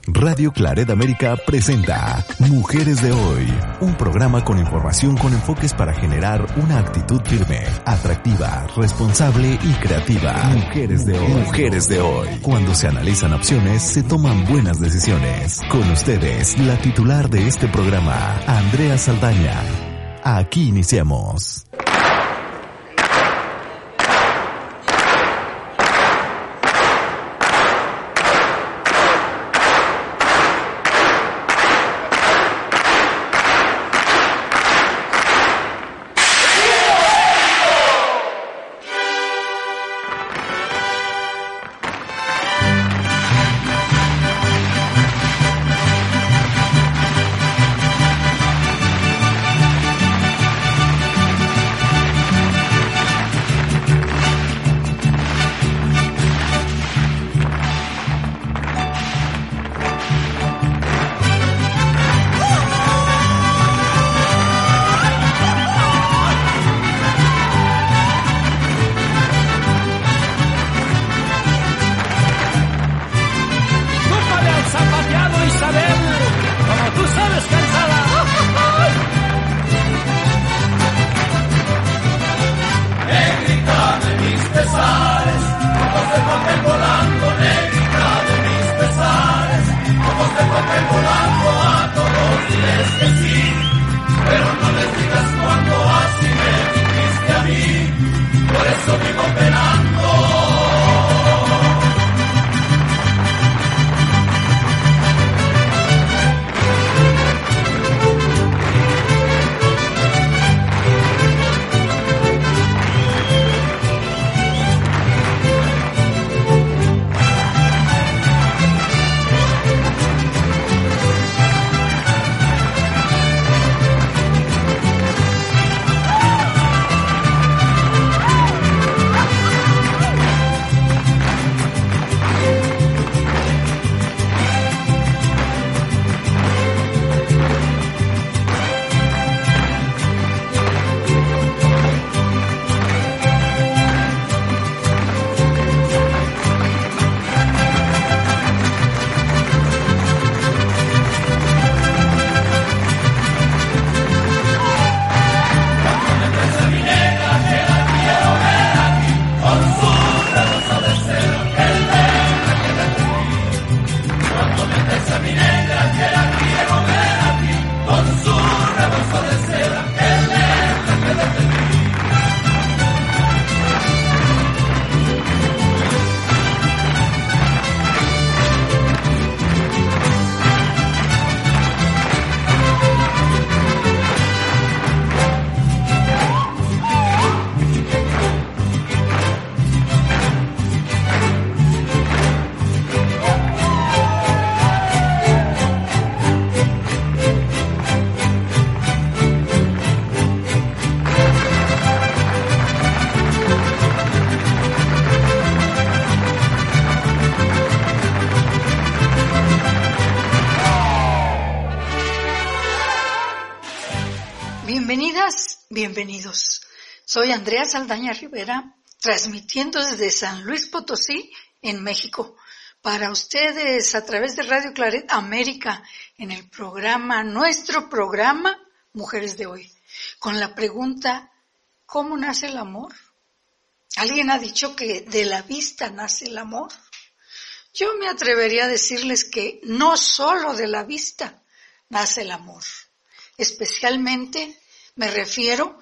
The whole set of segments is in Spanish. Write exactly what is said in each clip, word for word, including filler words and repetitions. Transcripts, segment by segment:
Radio Claret América presenta Mujeres de Hoy, un programa con información con enfoques para generar una actitud firme, atractiva, responsable y creativa. Mujeres de Hoy. Mujeres de Hoy. Cuando se analizan opciones, se toman buenas decisiones. Con ustedes, la titular de este programa, Andrea Saldaña. Aquí iniciamos. Bienvenidos. Soy Andrea Saldaña Rivera, transmitiendo desde San Luis Potosí, en México, para ustedes a través de Radio Claret América, en el programa, nuestro programa, Mujeres de Hoy, con la pregunta, ¿cómo nace el amor? ¿Alguien ha dicho que de la vista nace el amor? Yo me atrevería a decirles que no solo de la vista nace el amor, especialmente me refiero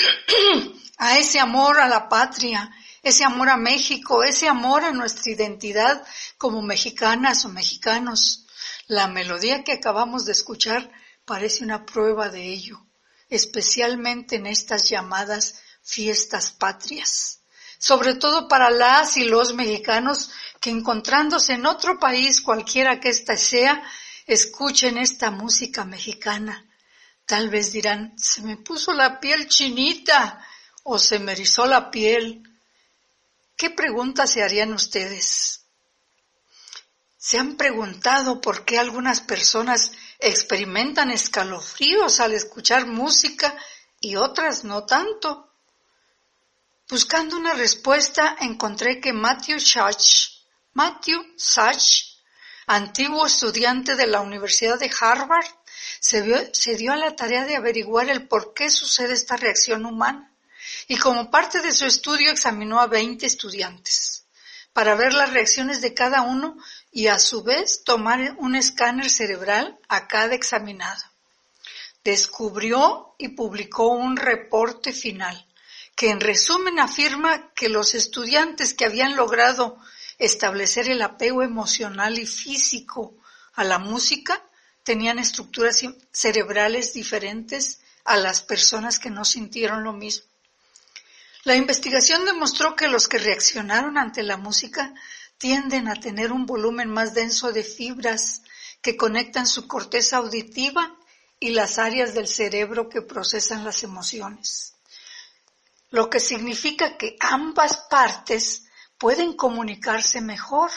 a ese amor a la patria, ese amor a México, ese amor a nuestra identidad como mexicanas o mexicanos. La melodía que acabamos de escuchar parece una prueba de ello, especialmente en estas llamadas fiestas patrias. Sobre todo para las y los mexicanos que, encontrándose en otro país, cualquiera que ésta sea, escuchen esta música mexicana. Tal vez dirán, se me puso la piel chinita o se me erizó la piel. ¿Qué preguntas se harían ustedes? ¿Se han preguntado por qué algunas personas experimentan escalofríos al escuchar música y otras no tanto? Buscando una respuesta encontré que Matthew Sachs, Matthew Sachs antiguo estudiante de la Universidad de Harvard, se, vio, se dio a la tarea de averiguar el por qué sucede esta reacción humana, y como parte de su estudio examinó a veinte estudiantes para ver las reacciones de cada uno y a su vez tomar un escáner cerebral a cada examinado. Descubrió y publicó un reporte final que en resumen afirma que los estudiantes que habían logrado establecer el apego emocional y físico a la música tenían estructuras cerebrales diferentes a las personas que no sintieron lo mismo. La investigación demostró que los que reaccionaron ante la música tienden a tener un volumen más denso de fibras que conectan su corteza auditiva y las áreas del cerebro que procesan las emociones, lo que significa que ambas partes pueden comunicarse mejor.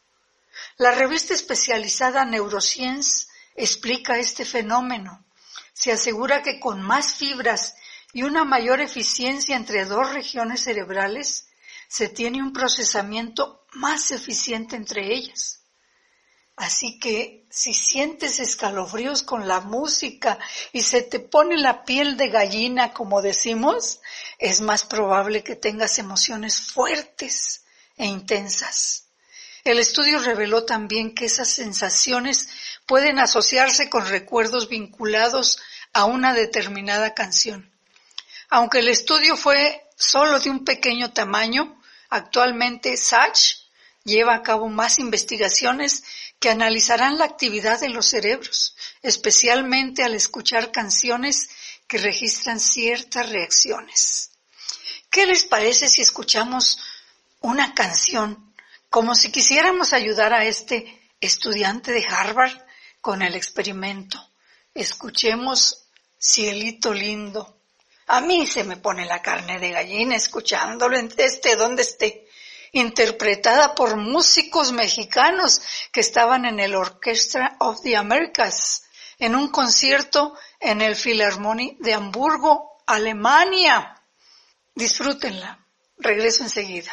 La revista especializada Neuroscience explica este fenómeno. Se asegura que con más fibras y una mayor eficiencia entre dos regiones cerebrales, se tiene un procesamiento más eficiente entre ellas. Así que si sientes escalofríos con la música y se te pone la piel de gallina, como decimos, es más probable que tengas emociones fuertes e intensas. El estudio reveló también que esas sensaciones pueden asociarse con recuerdos vinculados a una determinada canción. Aunque el estudio fue solo de un pequeño tamaño, actualmente Sachs lleva a cabo más investigaciones que analizarán la actividad de los cerebros, especialmente al escuchar canciones que registran ciertas reacciones. ¿Qué les parece si escuchamos una canción como si quisiéramos ayudar a este estudiante de Harvard con el experimento? Escuchemos Cielito Lindo. A mí se me pone la carne de gallina escuchándolo, esté donde esté, interpretada por músicos mexicanos que estaban en el Orchestra of the Americas, en un concierto en el Philharmonie de Hamburgo, Alemania. Disfrútenla. Regreso enseguida.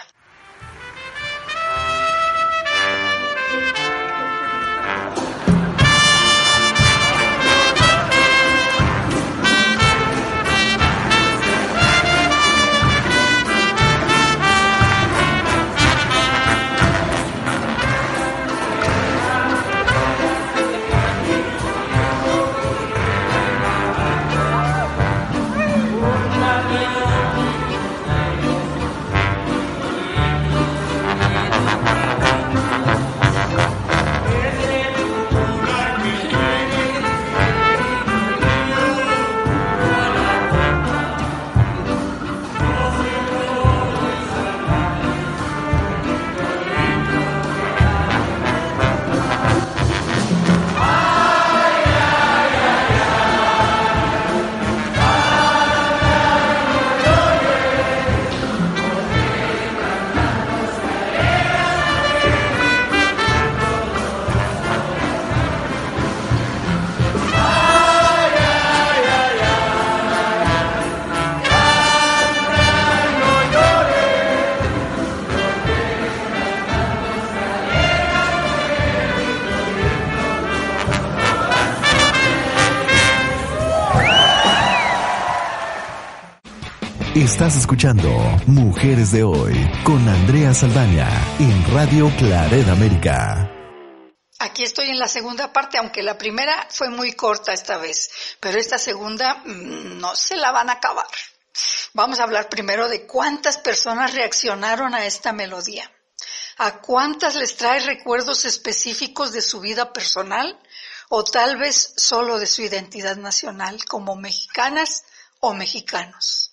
Estás escuchando Mujeres de Hoy con Andrea Saldaña en Radio Claret América. Aquí estoy en la segunda parte, aunque la primera fue muy corta esta vez, pero esta segunda mmm, no se la van a acabar. Vamos a hablar primero de cuántas personas reaccionaron a esta melodía. ¿A cuántas les trae recuerdos específicos de su vida personal o tal vez solo de su identidad nacional como mexicanas o mexicanos?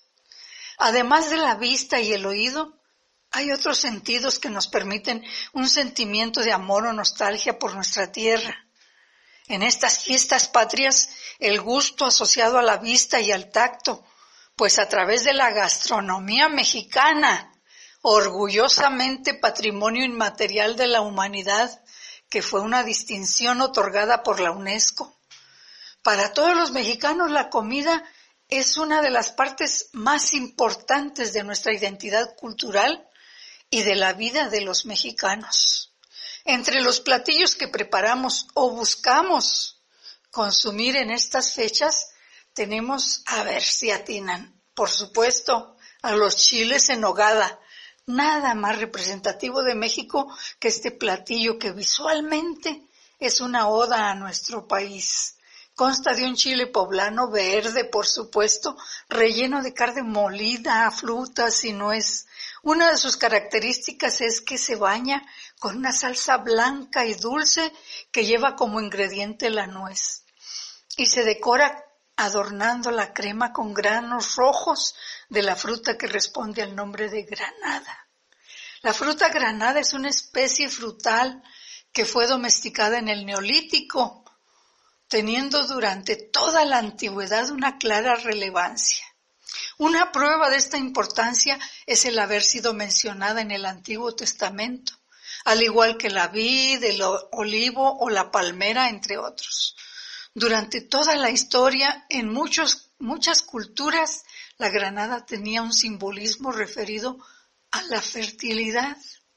Además de la vista y el oído, hay otros sentidos que nos permiten un sentimiento de amor o nostalgia por nuestra tierra. En estas fiestas patrias, el gusto asociado a la vista y al tacto, pues a través de la gastronomía mexicana, orgullosamente patrimonio inmaterial de la humanidad, que fue una distinción otorgada por la UNESCO. Para todos los mexicanos, la comida es una de las partes más importantes de nuestra identidad cultural y de la vida de los mexicanos. Entre los platillos que preparamos o buscamos consumir en estas fechas, tenemos, a ver si atinan, por supuesto, a los chiles en nogada. Nada más representativo de México que este platillo que visualmente es una oda a nuestro país. Consta de un chile poblano verde, por supuesto, relleno de carne molida, frutas y nuez. Una de sus características es que se baña con una salsa blanca y dulce que lleva como ingrediente la nuez. Y se decora adornando la crema con granos rojos de la fruta que responde al nombre de granada. La fruta granada es una especie frutal que fue domesticada en el Neolítico, teniendo durante toda la antigüedad una clara relevancia. Una prueba de esta importancia es el haber sido mencionada en el Antiguo Testamento, al igual que la vid, el olivo o la palmera, entre otros. Durante toda la historia, en muchos, muchas culturas, la granada tenía un simbolismo referido a la fertilidad.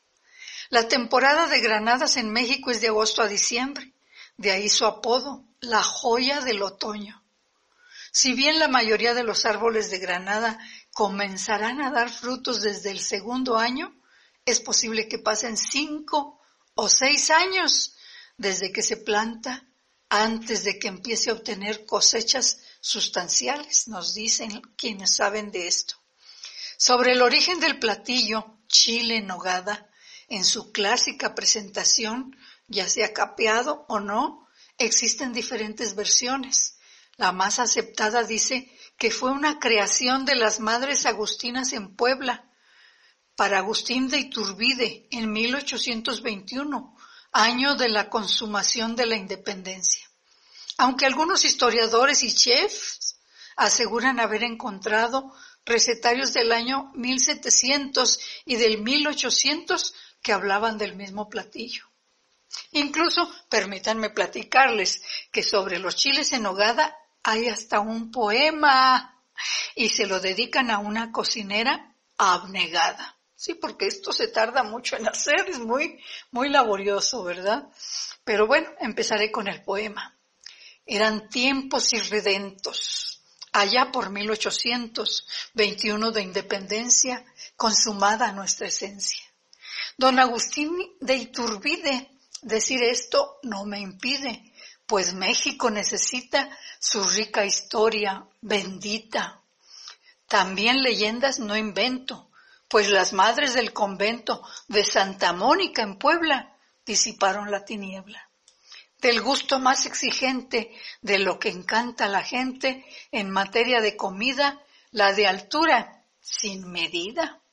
La temporada de granadas en México es de agosto a diciembre, de ahí su apodo, la joya del otoño. Si bien la mayoría de los árboles de granada comenzarán a dar frutos desde el segundo año, es posible que pasen cinco o seis años desde que se planta antes de que empiece a obtener cosechas sustanciales, nos dicen quienes saben de esto. Sobre el origen del platillo, chile en nogada, en su clásica presentación, ya sea capeado o no, existen diferentes versiones. La más aceptada dice que fue una creación de las Madres Agustinas en Puebla, para Agustín de Iturbide, en mil ochocientos veintiuno, año de la consumación de la independencia. Aunque algunos historiadores y chefs aseguran haber encontrado recetarios del año mil setecientos y del mil ochocientos que hablaban del mismo platillo. Incluso, permítanme platicarles que sobre los chiles en nogada hay hasta un poema y se lo dedican a una cocinera abnegada. Sí, porque esto se tarda mucho en hacer, es muy, muy laborioso, ¿verdad? Pero bueno, empezaré con el poema. Eran tiempos irredentos, allá por mil ochocientos veintiuno de independencia, consumada nuestra esencia. Don Agustín de Iturbide, decir esto no me impide, pues México necesita su rica historia bendita. También leyendas no invento, pues las madres del convento de Santa Mónica en Puebla disiparon la tiniebla. Del gusto más exigente de lo que encanta a la gente en materia de comida, la de altura sin medida.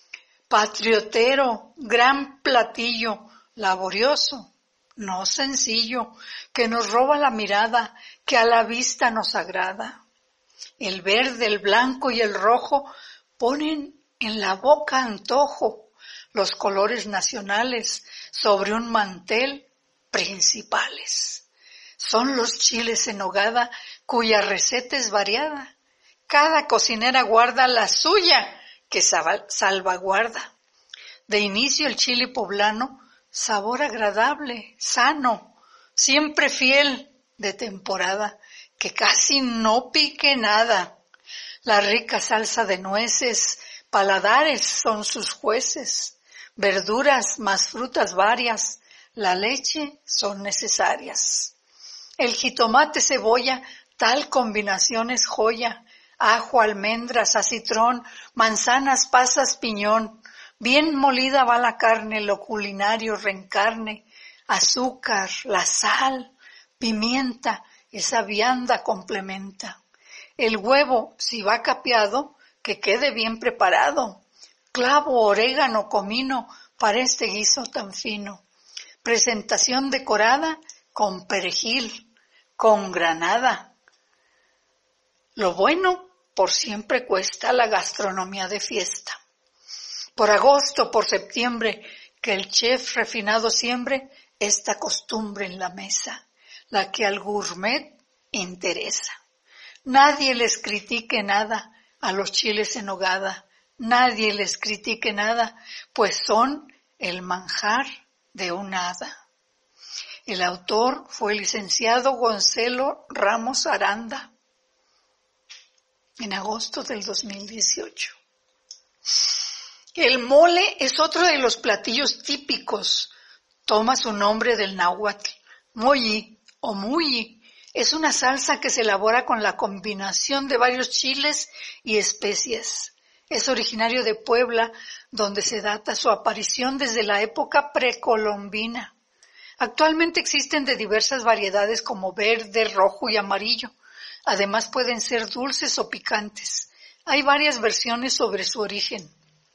Patriotero, gran platillo, laborioso, no sencillo, que nos roba la mirada, que a la vista nos agrada. El verde, el blanco y el rojo ponen en la boca antojo, los colores nacionales sobre un mantel principales. Son los chiles en nogada cuya receta es variada. Cada cocinera guarda la suya que salvaguarda. De inicio el chile poblano, sabor agradable, sano, siempre fiel, de temporada, que casi no pique nada. La rica salsa de nueces, paladares son sus jueces, verduras más frutas varias, la leche son necesarias. El jitomate, cebolla, tal combinación es joya, ajo, almendras, acitrón, manzanas, pasas, piñón. Bien molida va la carne, lo culinario reencarne, azúcar, la sal, pimienta, esa vianda complementa. El huevo, si va capeado, que quede bien preparado. Clavo, orégano, comino, para este guiso tan fino. Presentación decorada con perejil, con granada. Lo bueno por siempre cuesta la gastronomía de fiesta. Por agosto, por septiembre, que el chef refinado siembre esta costumbre en la mesa, la que al gourmet interesa. Nadie les critique nada a los chiles en nogada, nadie les critique nada, pues son el manjar de un hada. El autor fue el licenciado Gonzalo Ramos Aranda en agosto del dos mil dieciocho. El mole es otro de los platillos típicos. Toma su nombre del náhuatl. Molli o mulli es una salsa que se elabora con la combinación de varios chiles y especias. Es originario de Puebla, donde se data su aparición desde la época precolombina. Actualmente existen de diversas variedades como verde, rojo y amarillo. Además pueden ser dulces o picantes. Hay varias versiones sobre su origen.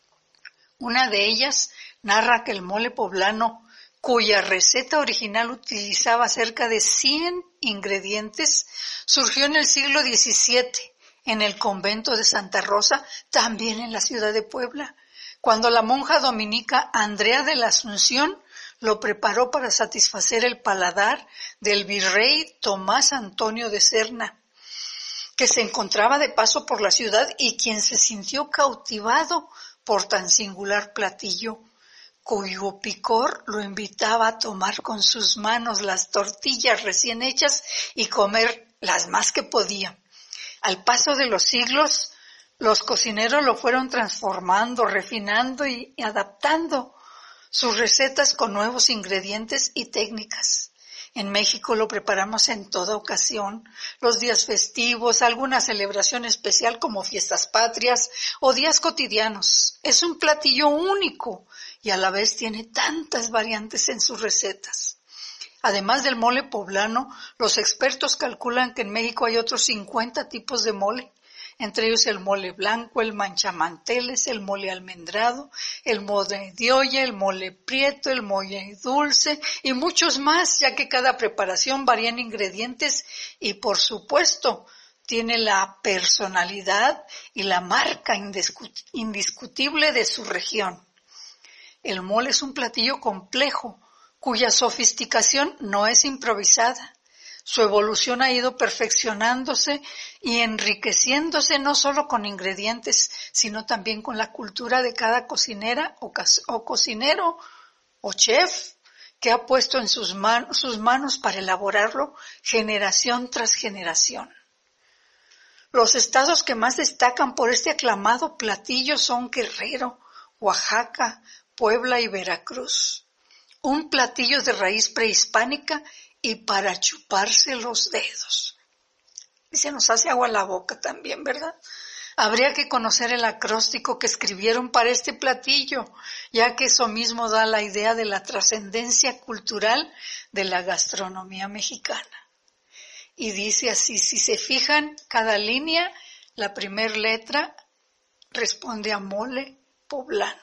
Una de ellas narra que el mole poblano, cuya receta original utilizaba cerca de cien ingredientes, surgió en el siglo diecisiete en el convento de Santa Rosa, también en la ciudad de Puebla, cuando la monja dominica Andrea de la Asunción lo preparó para satisfacer el paladar del virrey Tomás Antonio de Serna, que se encontraba de paso por la ciudad y quien se sintió cautivado por tan singular platillo, cuyo picor lo invitaba a tomar con sus manos las tortillas recién hechas y comer las más que podía. Al paso de los siglos, los cocineros lo fueron transformando, refinando y adaptando sus recetas con nuevos ingredientes y técnicas. En México lo preparamos en toda ocasión, los días festivos, alguna celebración especial como fiestas patrias o días cotidianos. Es un platillo único y a la vez tiene tantas variantes en sus recetas. Además del mole poblano, los expertos calculan que en México hay otros cincuenta tipos de mole, entre ellos el mole blanco, el manchamanteles, el mole almendrado, el mole de olla, el mole prieto, el mole dulce y muchos más, ya que cada preparación varía en ingredientes y, por supuesto, tiene la personalidad y la marca indiscutible de su región. El mole es un platillo complejo, cuya sofisticación no es improvisada. Su evolución ha ido perfeccionándose y enriqueciéndose no solo con ingredientes, sino también con la cultura de cada cocinera o, o cocinero o chef que ha puesto en sus, man sus manos para elaborarlo generación tras generación. Los estados que más destacan por este aclamado platillo son Guerrero, Oaxaca, Puebla y Veracruz. Un platillo de raíz prehispánica y para chuparse los dedos. Y se nos hace agua la boca también, ¿verdad? Habría que conocer el acróstico que escribieron para este platillo, ya que eso mismo da la idea de la trascendencia cultural de la gastronomía mexicana. Y dice así, si se fijan, cada línea, la primer letra responde a mole poblano.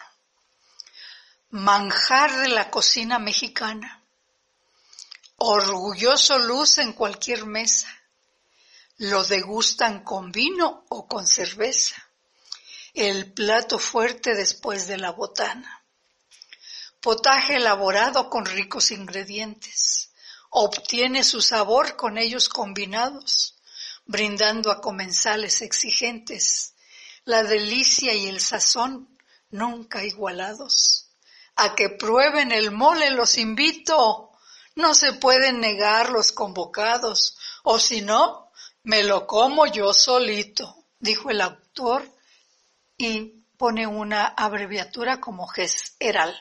Manjar de la cocina mexicana. Orgulloso luce en cualquier mesa. Lo degustan con vino o con cerveza. El plato fuerte después de la botana. Potaje elaborado con ricos ingredientes. Obtiene su sabor con ellos combinados, brindando a comensales exigentes la delicia y el sazón nunca igualados. A que prueben el mole los invito. No se pueden negar los convocados, o si no, me lo como yo solito, dijo el autor y pone una abreviatura como GESERAL.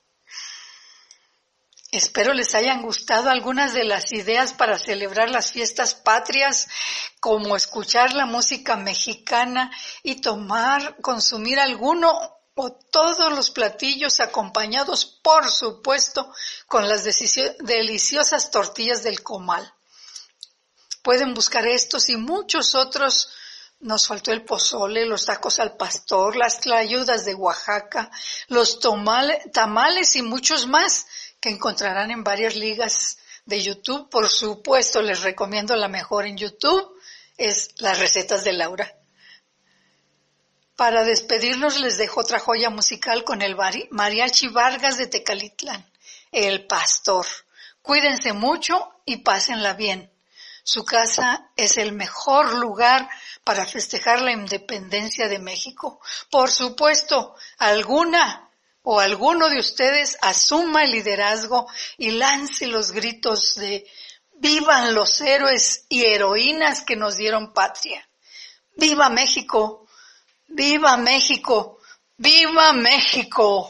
Espero les hayan gustado algunas de las ideas para celebrar las fiestas patrias, como escuchar la música mexicana y tomar, consumir alguno o todos los platillos acompañados, por supuesto, con las deliciosas tortillas del comal. Pueden buscar estos y muchos otros. Nos faltó el pozole, los tacos al pastor, las tlayudas de Oaxaca, los tomale, tamales y muchos más que encontrarán en varias ligas de YouTube. Por supuesto, les recomiendo la mejor en YouTube, es las recetas de Laura. Para despedirnos les dejo otra joya musical con el Mariachi Vargas de Tecalitlán, El Pastor. Cuídense mucho y pásenla bien. Su casa es el mejor lugar para festejar la independencia de México. Por supuesto, alguna o alguno de ustedes asuma el liderazgo y lance los gritos de ¡vivan los héroes y heroínas que nos dieron patria! ¡Viva México! ¡Viva México! ¡Viva México!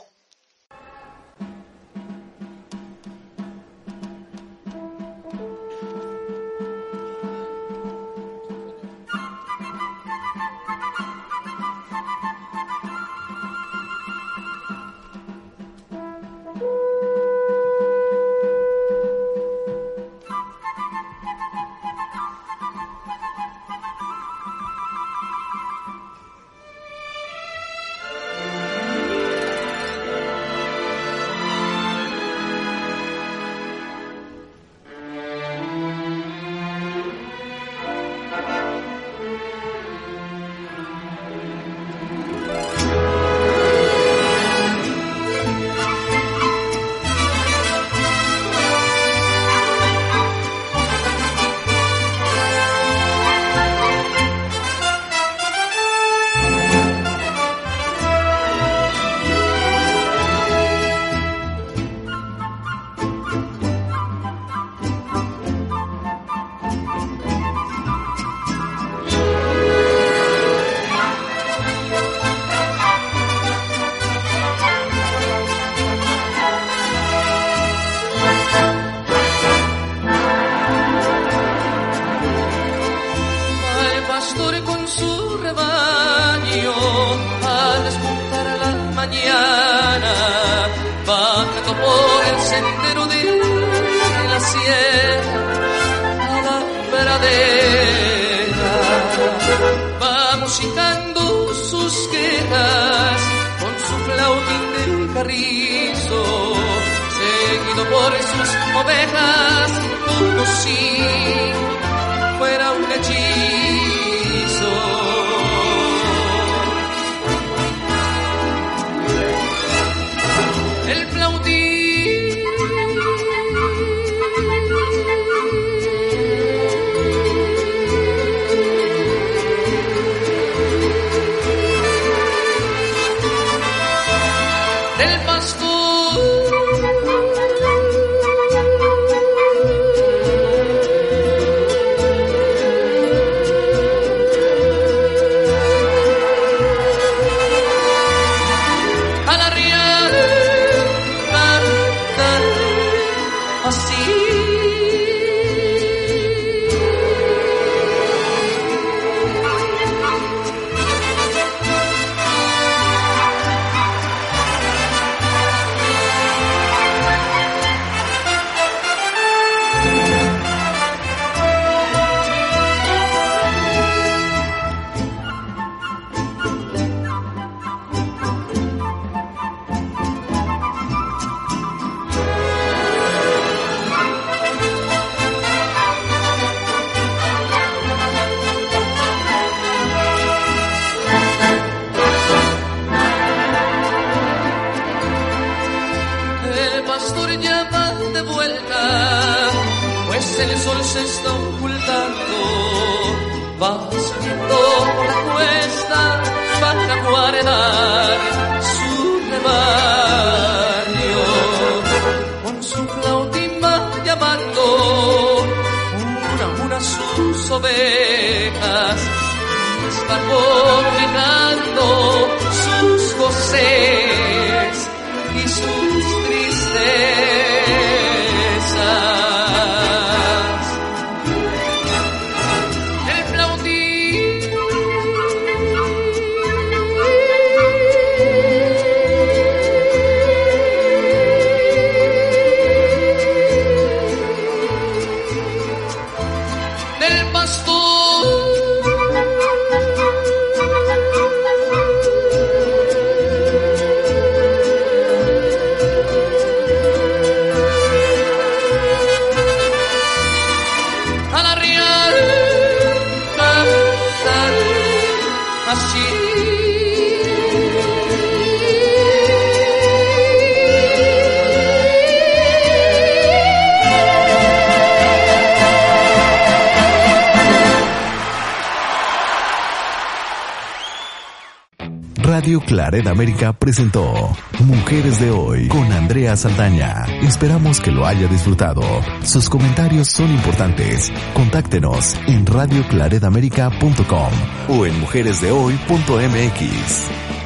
Radio Claret América presentó Mujeres de Hoy con Andrea Saldaña. Esperamos que lo haya disfrutado. Sus comentarios son importantes. Contáctenos en radio claret américa punto com o en mujeres de hoy punto m x.